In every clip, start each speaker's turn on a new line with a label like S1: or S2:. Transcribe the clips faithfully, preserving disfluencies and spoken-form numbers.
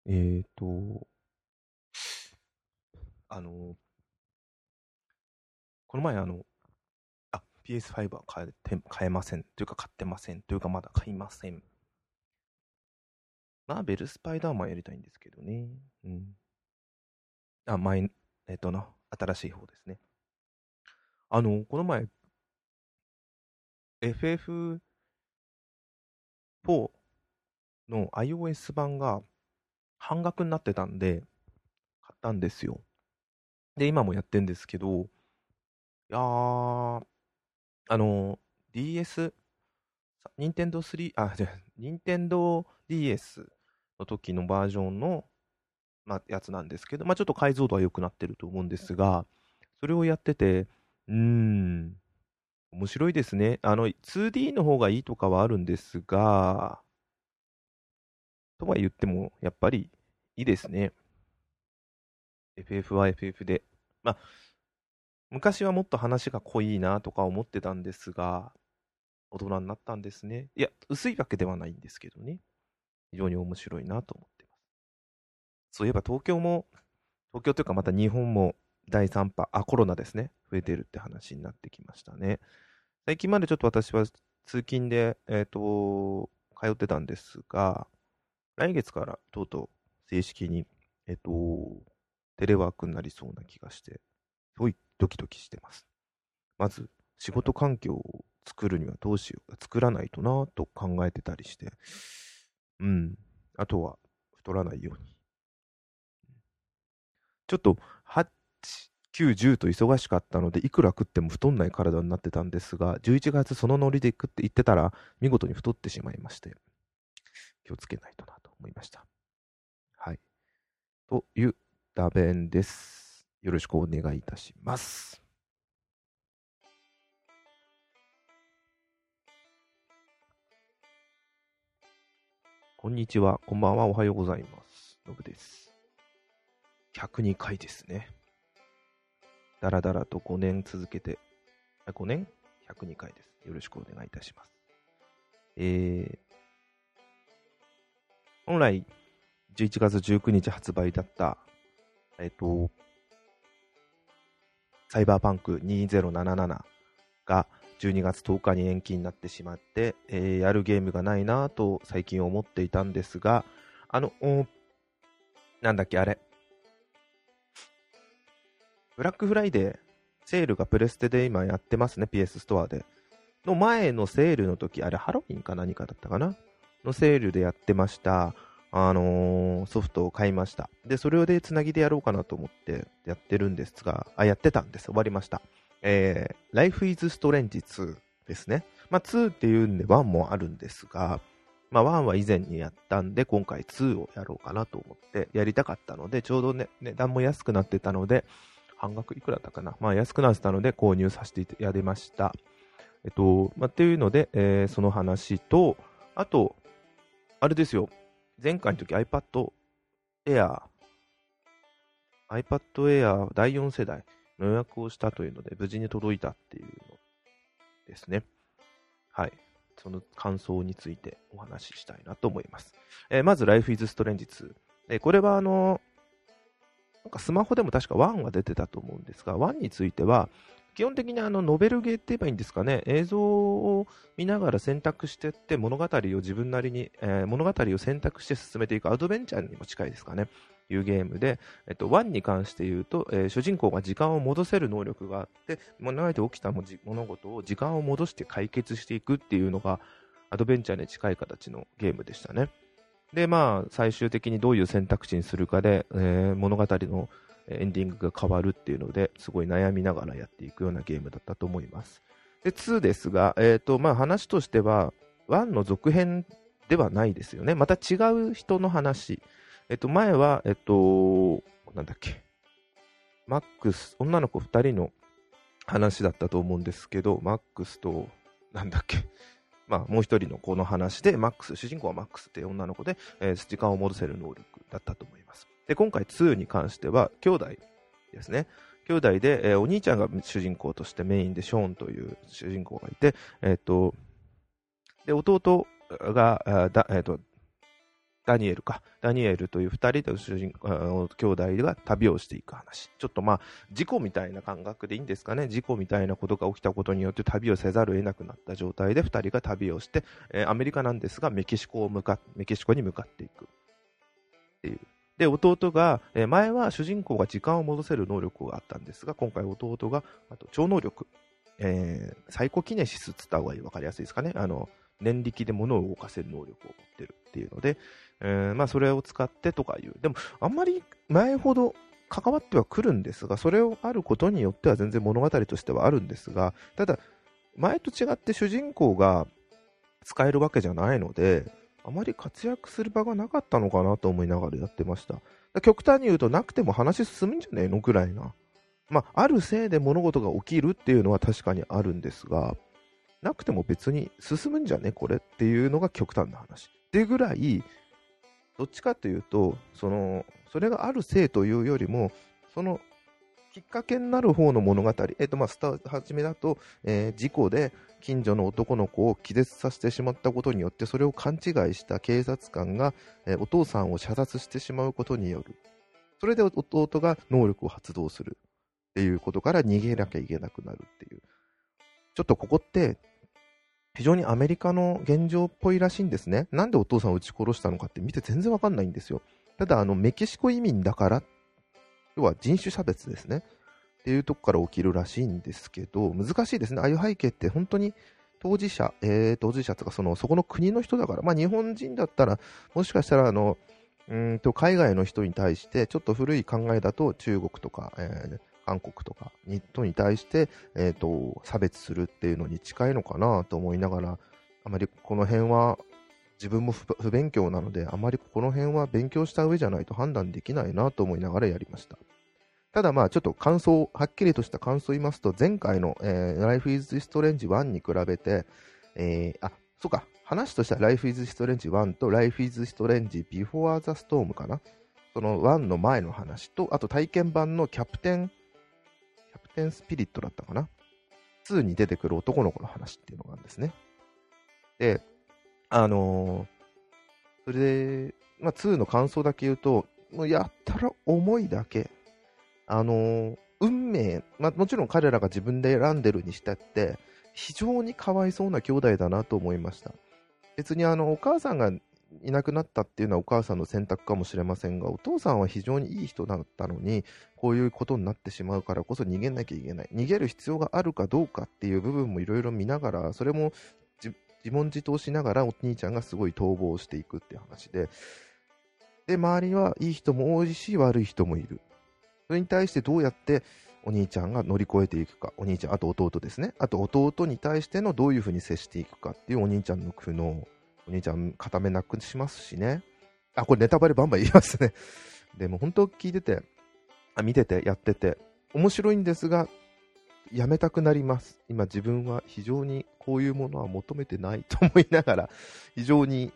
S1: えーと、あの、この前あの、あ、ピーエスファイブ は買えて、買えません。というか買ってません。というかまだ買いません。マーベルスパイダーマンやりたいんですけどね。うん。あ、前、えっとな、新しい方ですね。あの、この前、エフエフフォー の iOS 版が半額になってたんで、買ったんですよ。で、今もやってんですけど、いやー、あの、ディーエス、任天堂スリー、あ、じゃあ、任天堂 ディーエス の時のバージョンの、まあ、やつなんですけど、まあ、ちょっと解像度は良くなってると思うんですが、それをやってて、うーん、面白いですね。あの、ツーディー の方がいいとかはあるんですが、とは言っても、やっぱりいいですね。エフエフ は エフエフ で。まあ、昔はもっと話が濃いなとか思ってたんですが、大人になったんですね。いや、薄いわけではないんですけどね。非常に面白いなと思ってます。そういえば東京も、東京というかまた日本もだいさん波、あ、コロナですね。増えてるって話になってきましたね。最近までちょっと私は通勤で、えっと、通ってたんですが、来月からとうとう正式に、えっと、テレワークになりそうな気がして、すごいドキドキしてます。まず、仕事環境を作るにはどうしよう、作らないとなと考えてたりして、うん。あとは、太らないように。ちょっと、はち、きゅう、じゅうと忙しかったので、いくら食っても太んない体になってたんですが、じゅういちがつそのノリで食って言ってたら、見事に太ってしまいまして、気をつけないとなと思いました。はい。という打弁です。よろしくお願いいたします。こんにちは、こんばんは、おはようございます。のぶです。ひゃくにかいですね。だらだらとごねん続けて、あごねん ?ひゃくにかいです。よろしくお願いいたします。えー、本来、じゅういちがつじゅうくにち発売だった、えっと、サイバーパンクにせんななじゅうなながじゅうにがつとおかに延期になってしまって、えーやるゲームがないなぁと最近思っていたんですが、あの、なんだっけ、あれ、ブラックフライデー、セールがプレステで今やってますね、ピーエス スストアで。の前のセールの時、あれハロウィンか何かだったかなのセールでやってました。あのーソフトを買いました。で、それでつなぎでやろうかなと思ってやってるんですが、あ、やってたんです。終わりました。えー、Life is Strange ツーですね。まあ、ツーっていうんでワンもあるんですが、まあ、ワンは以前にやったんで、今回ツーをやろうかなと思ってやりたかったので、ちょうどね、値段も安くなってたので、半額いくらだったかな、まあ、安くなってたので購入させてやりました。えっと、まあ、っていうので、えーその話と、あと、あれですよ、前回の時 iPad Air、iPad Air だいよん世代の予約をしたというので、無事に届いたっていうのですね。はい。その感想についてお話ししたいなと思います。えーまず、Life is Strange ツー。えーこれは、あの、なんかスマホでも確かワンは出てたと思うんですが、ワンについては、基本的にあのノベルゲーって言えばいいんですかね、映像を見ながら選択していって物語を自分なりに、えー物語を選択して進めていくアドベンチャーにも近いですかね、いうゲームで、えっと、ワンに関して言うと、えー主人公が時間を戻せる能力があって、物語で起きたもじ物事を時間を戻して解決していくっていうのがアドベンチャーに近い形のゲームでしたね。で、まあ、最終的にどういう選択肢にするかで、えー物語のエンディングが変わるっていうので、すごい悩みながらやっていくようなゲームだったと思います。で、ツーですが、えっと、まあ、話としては、ワンの続編ではないですよね。また違う人の話。えっと、前は、えっと、なんだっけ、マックス、女の子ふたりの話だったと思うんですけど、マックスと、なんだっけ、まあ、もう一人の子の話で、マックス、主人公はマックスっていう女の子で、えー時間を戻せる能力だったと思います。で、今回ツーに関しては、兄弟ですね。兄弟で、えーお兄ちゃんが主人公としてメインでショーンという主人公がいて、えっ、と、で、弟が、あだえっ、と、 ダニエルか。ダニエルという二人の主人、兄弟が旅をしていく話。ちょっとまあ、事故みたいな感覚でいいんですかね。事故みたいなことが起きたことによって旅をせざるを得なくなった状態で二人が旅をして、えー、アメリカなんですが、メキシコを向か、メキシコに向かっていく。っていう。で、弟が、えー、前は主人公が時間を戻せる能力があったんですが、今回弟が、あと超能力、えー、サイコキネシスって言った方がいい、わかりやすいですかね。あの、念力で物を動かせる能力を持ってるっていうので、えー、まあそれを使ってとかいう。でも、あんまり前ほど関わってはくるんですが、それをあることによっては全然物語としてはあるんですが、ただ、前と違って主人公が使えるわけじゃないので、あまり活躍する場がなかったのかなと思いながらやってました。極端に言うと、なくても話進むんじゃねえのぐらいな。まあ、あるせいで物事が起きるっていうのは確かにあるんですが、なくても別に進むんじゃねこれっていうのが極端な話。っていうぐらい、どっちかというと、その、それがあるせいというよりも、その、きっかけになる方の物語、えっと、まあ、スタ初めだと、えー事故で近所の男の子を気絶させてしまったことによって、それを勘違いした警察官が、えーお父さんを射殺してしまうことによる。それで弟が能力を発動するっていうことから逃げなきゃいけなくなるっていう。ちょっとここって、非常にアメリカの現状っぽいらしいんですね。なんでお父さんを撃ち殺したのかって見て全然わかんないんですよ。ただ、あの、メキシコ移民だから、要は人種差別ですね。っていうとこから起きるらしいんですけど、難しいですね。ああいう背景って本当に当事者、えー、当事者とかその、そこの国の人だから、まあ日本人だったら、もしかしたらあの、うーんと海外の人に対して、ちょっと古い考えだと中国とか、えー韓国とかに人に対して、えーと、差別するっていうのに近いのかなと思いながら、あまりこの辺は自分も不不勉強なので、あまりこの辺は勉強した上じゃないと判断できないなと思いながらやりました。ただまあちょっと感想、はっきりとした感想を言いますと、前回の、えー、Life is Strange ワンに比べて、えー、あ、そうか、話としては Life is Strange ワンと Life is Strange Before the Storm かな。そのワンの前の話と、あと体験版のキャプテン、キャプテンスピリットだったかな。ツーに出てくる男の子の話っていうのがあるんですね。で、あのー、それで、まあツーの感想だけ言うと、もうやったら重いだけ。あのー運命、まあ、もちろん彼らが自分で選んでるにしたって、非常にかわいそうな兄弟だなと思いました。別にあのお母さんがいなくなったっていうのはお母さんの選択かもしれませんが、お父さんは非常にいい人だったのに、こういうことになってしまうからこそ逃げなきゃいけない。逃げる必要があるかどうかっていう部分もいろいろ見ながら、それも自問自答しながらお兄ちゃんがすごい逃亡していくっていう話で、で、周りはいい人も多いし、悪い人もいる。それに対してどうやってお兄ちゃんが乗り越えていくか。お兄ちゃん、あと弟ですね。あと弟に対してのどういうふうに接していくかっていうお兄ちゃんの苦悩。お兄ちゃん、固めなくしますしね。あ、これネタバレバンバン言いますね。でも本当聞いてて、あ、見てて、やってて、面白いんですが、やめたくなります。今自分は非常にこういうものは求めてないと思いながら、非常に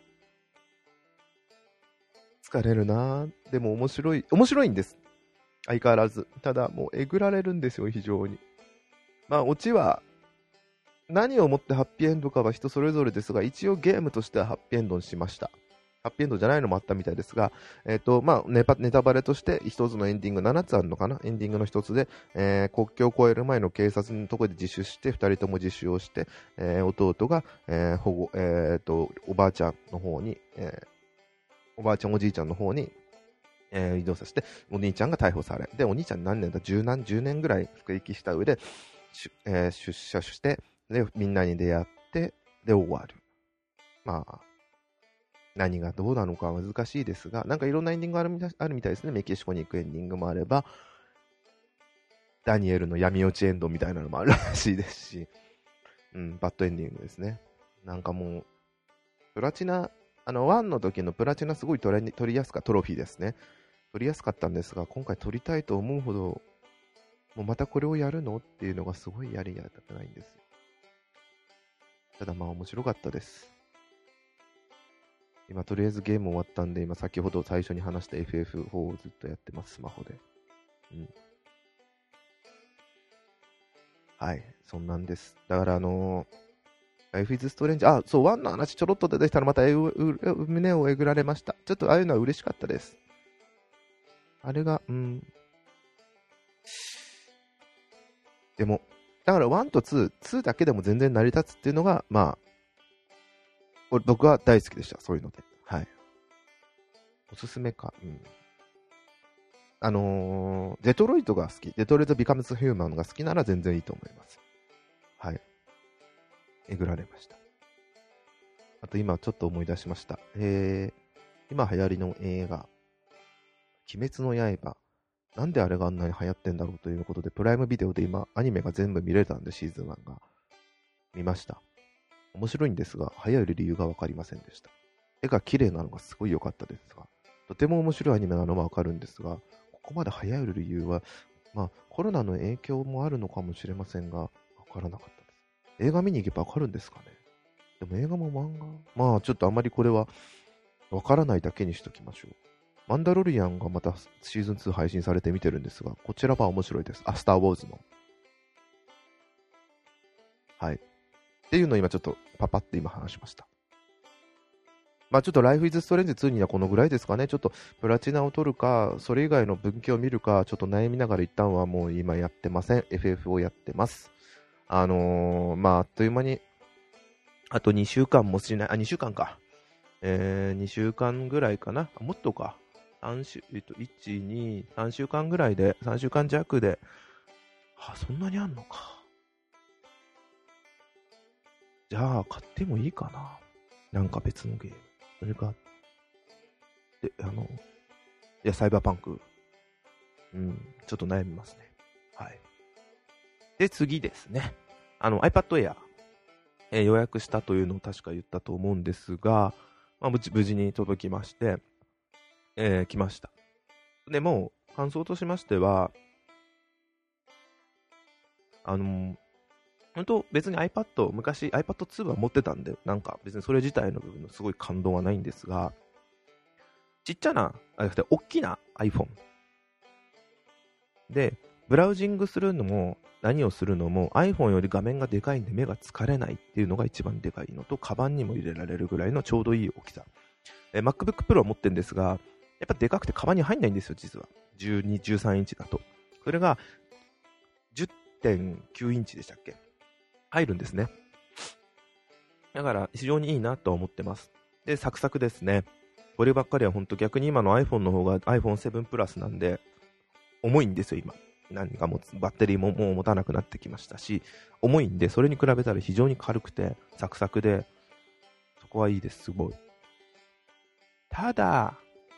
S1: 疲れるなぁ。でも面白い、面白いんです。相変わらず。ただ、もうえぐられるんですよ、非常に。まあ、オチは、何をもってハッピーエンドかは人それぞれですが、一応ゲームとしてはハッピーエンドにしました。ハッピーエンドじゃないのもあったみたいですが、えっ、と、まあネパ、ネタバレとして一つのエンディング、ななつあるのかなエンディングの一つで、えー国境を越える前の警察のところで自首して、二人とも自首をして、えー弟が、えー保護、えっ、と、おばあちゃんの方に、えーおばあちゃんおじいちゃんの方に、えー移動させて、お兄ちゃんが逮捕され、で、お兄ちゃん何年だ、十何、十年ぐらい服役した上で、しえー出社して、で、みんなに出会って、で、終わる。まあ、何がどうなのかは難しいですが、なんかいろんなエンディングあるみたいあるみたいですね。メキシコに行くエンディングもあれば、ダニエルの闇落ちエンドみたいなのもあるらしいですし、うん、バッドエンディングですね。なんかもう、プラチナ、あの、ワンの時のプラチナすごい取れ取りやすかったトロフィーですね。取りやすかったんですが、今回取りたいと思うほど、もうまたこれをやるのっていうのがすごいやりやりたくないんですよ。ただまあ面白かったです。今とりあえずゲーム終わったんで、今先ほど最初に話した エフエフフォー をずっとやってます、スマホで。うん。はい、そんなんです。だからあのー Life is Strange。あ、そう、ワンの話ちょろっと出てきたらまたえうう胸をえぐられました。ちょっとああいうのは嬉しかったです。あれが、うん。でも、だからワンとツー、ツーだけでも全然成り立つっていうのが、まあ、これ僕は大好きでした。そういうので。はい。おすすめか。うん。あのー、デトロイトが好き。デトロイトビカムスヒューマンが好きなら全然いいと思います。はい。えぐられました。あと今ちょっと思い出しました。えー、今流行りの映画、鬼滅の刃。なんであれがあんなに流行ってんだろうということで、プライムビデオで今アニメが全部見れたんでシーズンワンが。見ました。面白いんですが、流行る理由がわかりませんでした。絵が綺麗なのがすごい良かったですが、とても面白いアニメなのはわかるんですが、ここまで流行る理由は、まあコロナの影響もあるのかもしれませんが、わからなかったです。映画見に行けばわかるんですかね。でも映画も漫画、まあちょっとあまりこれはわからないだけにしときましょう。マンダロリアンがまたシーズンツー配信されて見てるんですが、こちらは面白いです。あ、スター・ウォーズの。はい。っていうのを今ちょっとパパって今話しました。まあちょっと Life is Strange ツーにはこのぐらいですかね。ちょっとプラチナを取るか、それ以外の分岐を見るか、ちょっと悩みながら一旦はもう今やってません。エフエフ をやってます。あのー、まああっという間に、あとにしゅうかんもしない、あ、にしゅうかんか。えー、にしゅうかんぐらいかな。もっとか。さん週、えっと、いち、に、さんしゅうかんぐらいで、さんしゅうかん弱で、はあ、そんなにあんのか。じゃあ、買ってもいいかな。なんか別のゲーム。それか、で、あの、いや、サイバーパンク。うん、ちょっと悩みますね。はい。で、次ですね。あの、iPad Air、えー、予約したというのを確か言ったと思うんですが、まあ、無事、無事に届きまして、えー、来ました。で、もう、感想としましては、あのー、本当別に iPad、昔 アイパッドツー は持ってたんで、なんか別にそれ自体の部分のすごい感動はないんですが、ちっちゃな、あれ大きな iPhone で、ブラウジングするのも何をするのも iPhone より画面がでかいんで目が疲れないっていうのが一番でかいのと、カバンにも入れられるぐらいのちょうどいい大きさ。え MacBook Pro を持ってるんですが、やっぱでかくてカバンに入んないんですよ、実は。じゅうに、じゅうさんインチだと。それが じゅってんきゅうインチでしたっけ？入るんですね。だから非常にいいなと思ってます。で、サクサクですね。こればっかりは本当逆に今の iPhone の方が アイフォンセブン プラスなんで重いんですよ今。何かもバッテリーももう持たなくなってきましたし、重いんでそれに比べたら非常に軽くてサクサクで、そこはいいです。すごい。ただ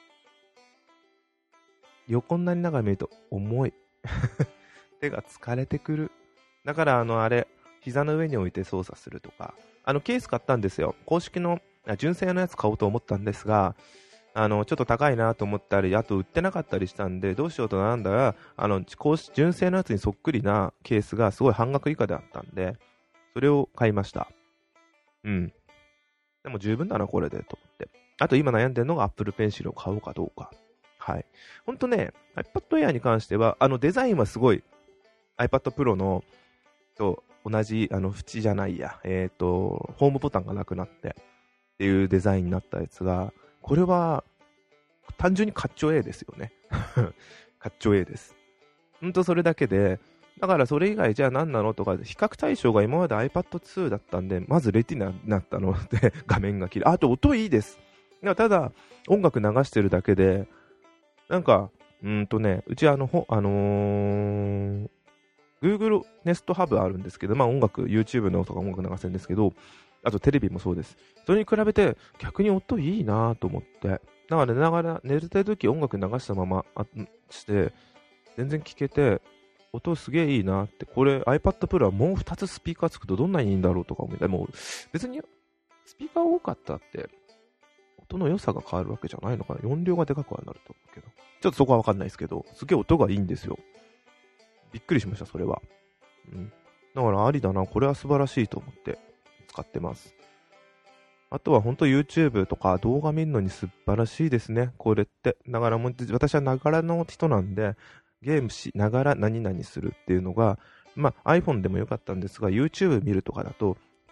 S1: 横になりながら見ると重い。手が疲れてくる。だからあのあれ膝の上に置いて操作するとか、あのケース買ったんですよ。公式の純正のやつ買おうと思ったんですが、あのちょっと高いなと思ったり、あと売ってなかったりしたんでどうしようと悩んだら、あの公式純正のやつにそっくりなケースがすごい半額以下であったんで、それを買いました。うん。でも十分だなこれでと思って。あと今悩んでるのが Apple Pencil を買おうかどうか。はい。ほんとね、iPad Air に関しては、あのデザインはすごい iPad Pro のと同じ、あの縁じゃないや、えっと、ホームボタンがなくなってっていうデザインになったやつが、これは単純にかっちょええですよね。かっちょええです。ほんとそれだけで、だからそれ以外じゃあ何なのとか、比較対象が今まで アイパッドツー だったんで、まずレティナになったので、画面が綺麗。あと音いいです。ただ、音楽流してるだけで、なんか、うんとね、うちあの、ほあのー、Google Nest Hub あるんですけど、まあ音楽、YouTube のとか音楽流せるんですけど、あとテレビもそうです。それに比べて逆に音いいなと思って。だから寝ながら、寝てるとき音楽流したままあして、全然聞けて、音すげえいいなって。これ iPad Pro はもうふたつスピーカーつくとどんなにいいんだろうとか思って、もう別にスピーカー多かったって、音の良さが変わるわけじゃないのかな。音量がでかくはなると思うけど。ちょっとそこはわかんないですけど、すげえ音がいいんですよ。びっくりしました、それは。うん。だからありだな、これは素晴らしいと思って使ってます。あとは本当 YouTube とか動画見るのに素晴らしいですね、これって。だからもう私はながらの人なんで、ゲームしながら何々するっていうのが、まあ iPhone でもよかったんですが、YouTube 見るとかだと、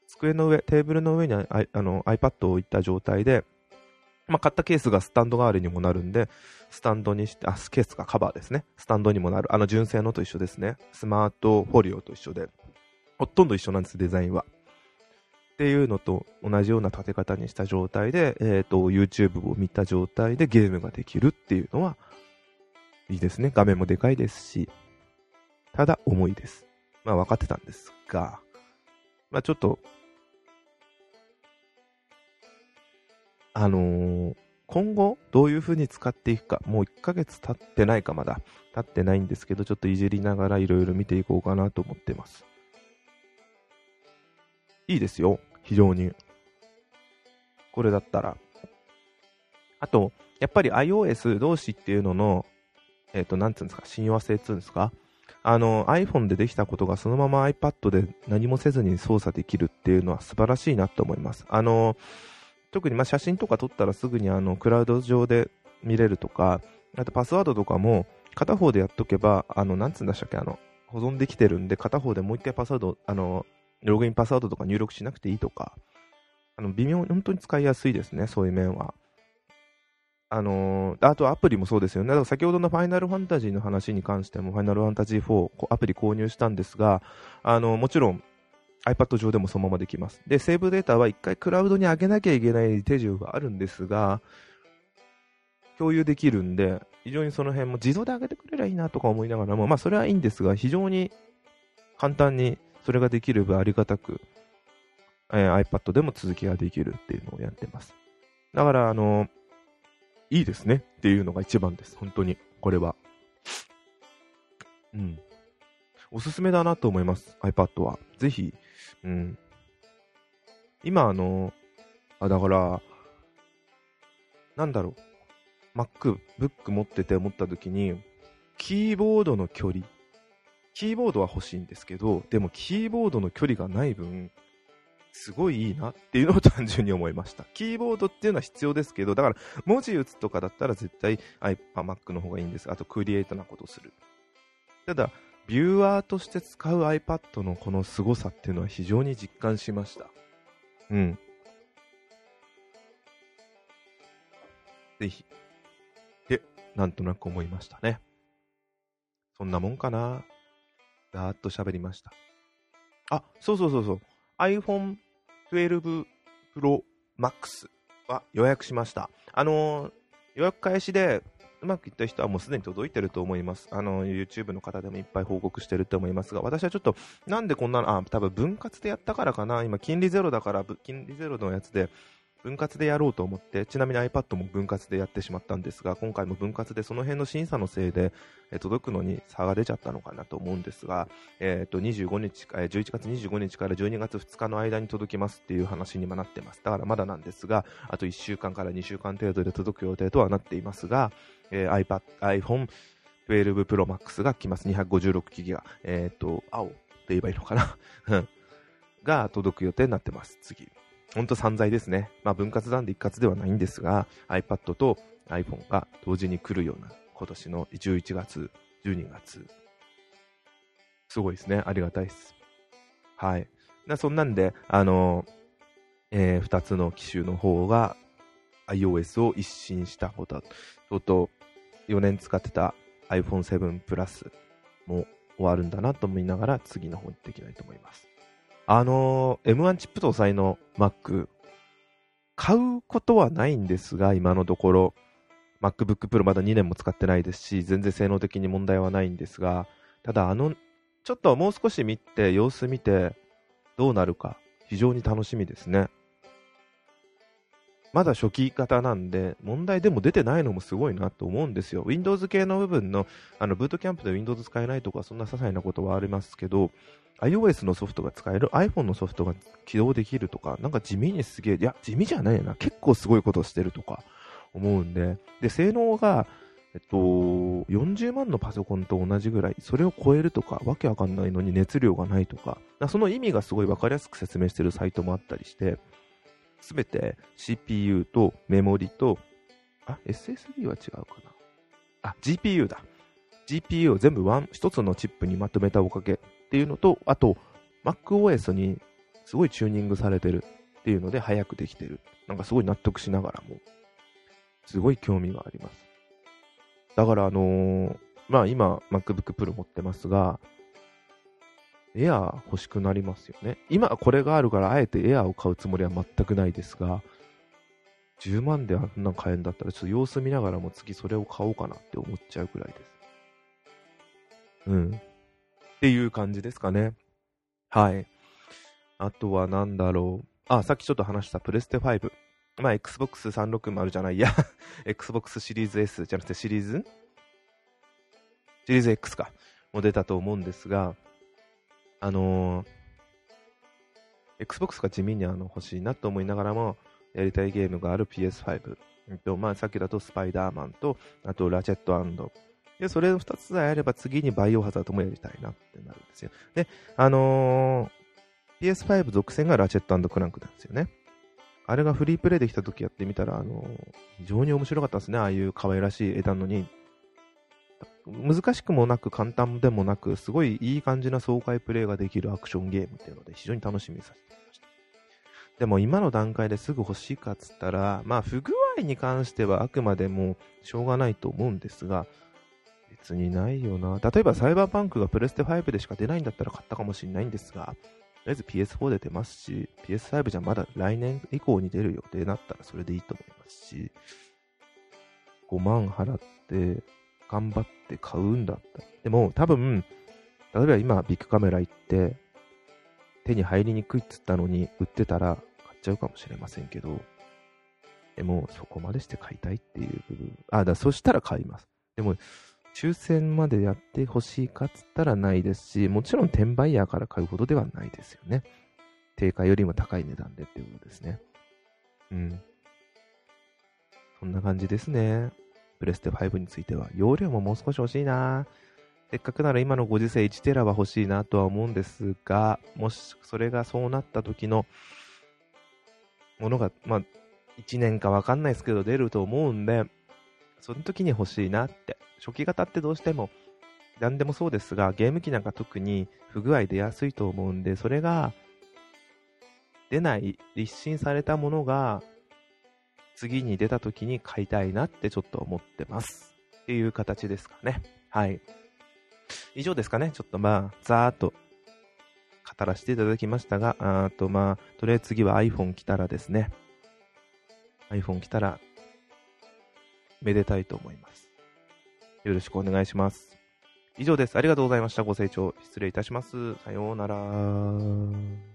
S1: 机の上、テーブルの上にああの iPad を置いた状態で、まあ、買ったケースがスタンド代わりにもなるんで、スタンドにして、あ、ケースがカバーですね。スタンドにもなる。あの純正のと一緒ですね。スマートフォリオと一緒で、ほとんど一緒なんです、デザインは。っていうのと同じような立て方にした状態で、えっと、YouTube を見た状態でゲームができるっていうのは、いいですね。画面もでかいですし、ただ重いです。まあ分かってたんですが、まあちょっと、あのー、今後どういう風に使っていくか、もういっかげつ経ってないか、まだ経ってないんですけど、ちょっといじりながらいろいろ見ていこうかなと思ってます。いいですよ、非常に。これだったら。あと、やっぱり iOS 同士っていうのの、えっと、なんつうんですか、親和性っていうんですか、あの iPhone でできたことがそのまま iPad で何もせずに操作できるっていうのは素晴らしいなと思います。あの特にまあ写真とか撮ったらすぐにあのクラウド上で見れるとか、あとパスワードとかも片方でやっとけば、あのなんつうんでしたっけ、あの保存できてるんで、片方でもう一回パスワード、あのログインパスワードとか入力しなくていいとか、あの微妙に本当に使いやすいですね、そういう面は。あのー、あとアプリもそうですよね。だから先ほどのファイナルファンタジーの話に関しても、ファイナルファンタジーフォーアプリ購入したんですが、あのー、もちろん iPad 上でもそのままできます。で、セーブデータは一回クラウドに上げなきゃいけない手順はあるんですが、共有できるんで、非常にその辺も自動で上げてくれりゃいいなとか思いながらも、まあそれはいいんですが、非常に簡単にそれができる分ありがたく、えー、iPad でも続きができるっていうのをやってます。だから、あのー、いいですねっていうのが一番です。本当に、これは。うん。おすすめだなと思います。iPad は。ぜひ、うん。今、あの、あ、だから、なんだろう。MacBook 持ってて思った時に、キーボードの距離。キーボードは欲しいんですけど、でもキーボードの距離がない分、すごいいいなっていうのを単純に思いました。キーボードっていうのは必要ですけど、だから文字打つとかだったら絶対 iPad の方がいいんです。あとクリエイトなことをする。ただ、ビューアーとして使う iPad のこの凄さっていうのは非常に実感しました。うん。ぜひ。で、なんとなく思いましたね。そんなもんかな。ざーっと喋りました。あ、そうそうそうそう。iPhone じゅうに Pro Max は予約しました。あのー、予約開始でうまくいった人はもうすでに届いてると思います。あのー、YouTube の方でもいっぱい報告してると思いますが、私はちょっとなんでこんなの、あ、多分分割でやったからかな。今金利ゼロだから金利ゼロのやつで分割でやろうと思って、ちなみに iPad も分割でやってしまったんですが、今回も分割でその辺の審査のせいで、えー、届くのに差が出ちゃったのかなと思うんですが、えー、とにじゅうごにち、えー、じゅういちがつにじゅうごにちからじゅうにがつふつかの間に届きますっていう話にもなってます。だからまだなんですが、あといっしゅうかんからにしゅうかん程度で届く予定とはなっていますが、えー、iPad、iPhone じゅうに Pro Max が来ます。にひゃくごじゅうろくギガ、えっ、ー、と、青って言えばいいのかなが届く予定になってます。次。ほんと散財ですね。まあ分割なんで一括ではないんですが、iPad と iPhone が同時に来るような今年のじゅういちがつ、じゅうにがつ。すごいですね。ありがたいです。はい。そんなんで、あのー、えー、ふたつの機種の方が iOS を一新したことと、ちょっとよねん使ってた アイフォンセブン Plus も終わるんだなと思いながら次の方に行っていきたいと思います。あのー、エムワン チップ搭載の Mac、買うことはないんですが、今のところ、MacBook Pro まだにねんも使ってないですし、全然性能的に問題はないんですが、ただあの、ちょっともう少し見て、様子見て、どうなるか、非常に楽しみですね。まだ初期型なんで、問題でも出てないのもすごいなと思うんですよ。Windows 系の部分の、あの、ブートキャンプで Windows 使えないとか、そんな些細なことはありますけど、iOS のソフトが使える、iPhone のソフトが起動できるとか、なんか地味にすげえ、いや、地味じゃないな、結構すごいことをしてるとか思うんで、で、性能が、えっと、よんじゅうまんのパソコンと同じぐらい、それを超えるとか、わけわかんないのに熱量がないとか、その意味がすごいわかりやすく説明してるサイトもあったりして、すべて シーピーユー とメモリと、あ、エスエスディー は違うかな。あ、ジーピーユー だ。ジーピーユー を全部ワン、一つのチップにまとめたおかげっていうのと、あと、MacOS にすごいチューニングされてるっていうので早くできてる。なんかすごい納得しながらも、すごい興味があります。だからあのー、まあ今 MacBook Pro 持ってますが、エアー欲しくなりますよね。今これがあるからあえてエアーを買うつもりは全くないですが、じゅうまんであんな買えんだったらちょっと様子見ながらも次それを買おうかなって思っちゃうくらいです。うん。っていう感じですかね。はい。あとはなんだろう。あ、さっきちょっと話したプレステファイブ。まあ エックスボックスさんびゃくろくじゅう じゃないや。Xbox シリーズ S じゃなくてシリーズシリーズ X か。も出たと思うんですが、あのー、Xbox が地味にあの欲しいなと思いながらも、やりたいゲームがある ピーエスファイブ。えっと、まあさっきだとスパイダーマンと、あとラチェット&で、それのふたつさえあれば次にバイオハザードもやりたいなってなるんですよ。で、あのー、ピーエスファイブ 属性がラチェット&クランクなんですよね。あれがフリープレイできた時やってみたら、あのー、非常に面白かったですね。ああいう可愛らしい絵なのに、難しくもなく簡単でもなく、すごいいい感じな爽快プレイができるアクションゲームっていうので非常に楽しみにさせていました。でも今の段階ですぐ欲しいかっつったら、まあ不具合に関してはあくまでもしょうがないと思うんですが、別にないよな。例えばサイバーパンクがプレステファイブでしか出ないんだったら買ったかもしれないんですが、とりあえず ピーエスフォー で出ますし、ピーエスファイブ じゃまだ来年以降に出る予定だったらそれでいいと思いますし、ごまん払って頑張って買うんだったら。でも多分、例えば今ビッグカメラ行って手に入りにくいっつったのに売ってたら買っちゃうかもしれませんけど、でもそこまでして買いたいっていう部分。あ、だそしたら買います。でも抽選までやってほしいかっつったらないですし、もちろん転売ヤーから買うほどではないですよね。定価よりも高い値段でっていうことですね。うん。そんな感じですね。プレステファイブについては。容量ももう少し欲しいな。せっかくなら今のご時世いちテラは欲しいなとは思うんですが、もしそれがそうなった時のものが、まあ、いちねんかわかんないですけど出ると思うんで、その時に欲しいなって。初期型ってどうしても何でもそうですが、ゲーム機なんか特に不具合出やすいと思うんで、それが出ない、立新されたものが次に出た時に買いたいなってちょっと思ってますっていう形ですかね。はい。以上ですかね。ちょっとまあざーっと語らせていただきましたが、あとまあとりあえず次は iPhone 来たらですね、 iPhone 来たらめでたいと思います。よろしくお願いします。以上です。ありがとうございました。ご清聴失礼いたします。さようなら。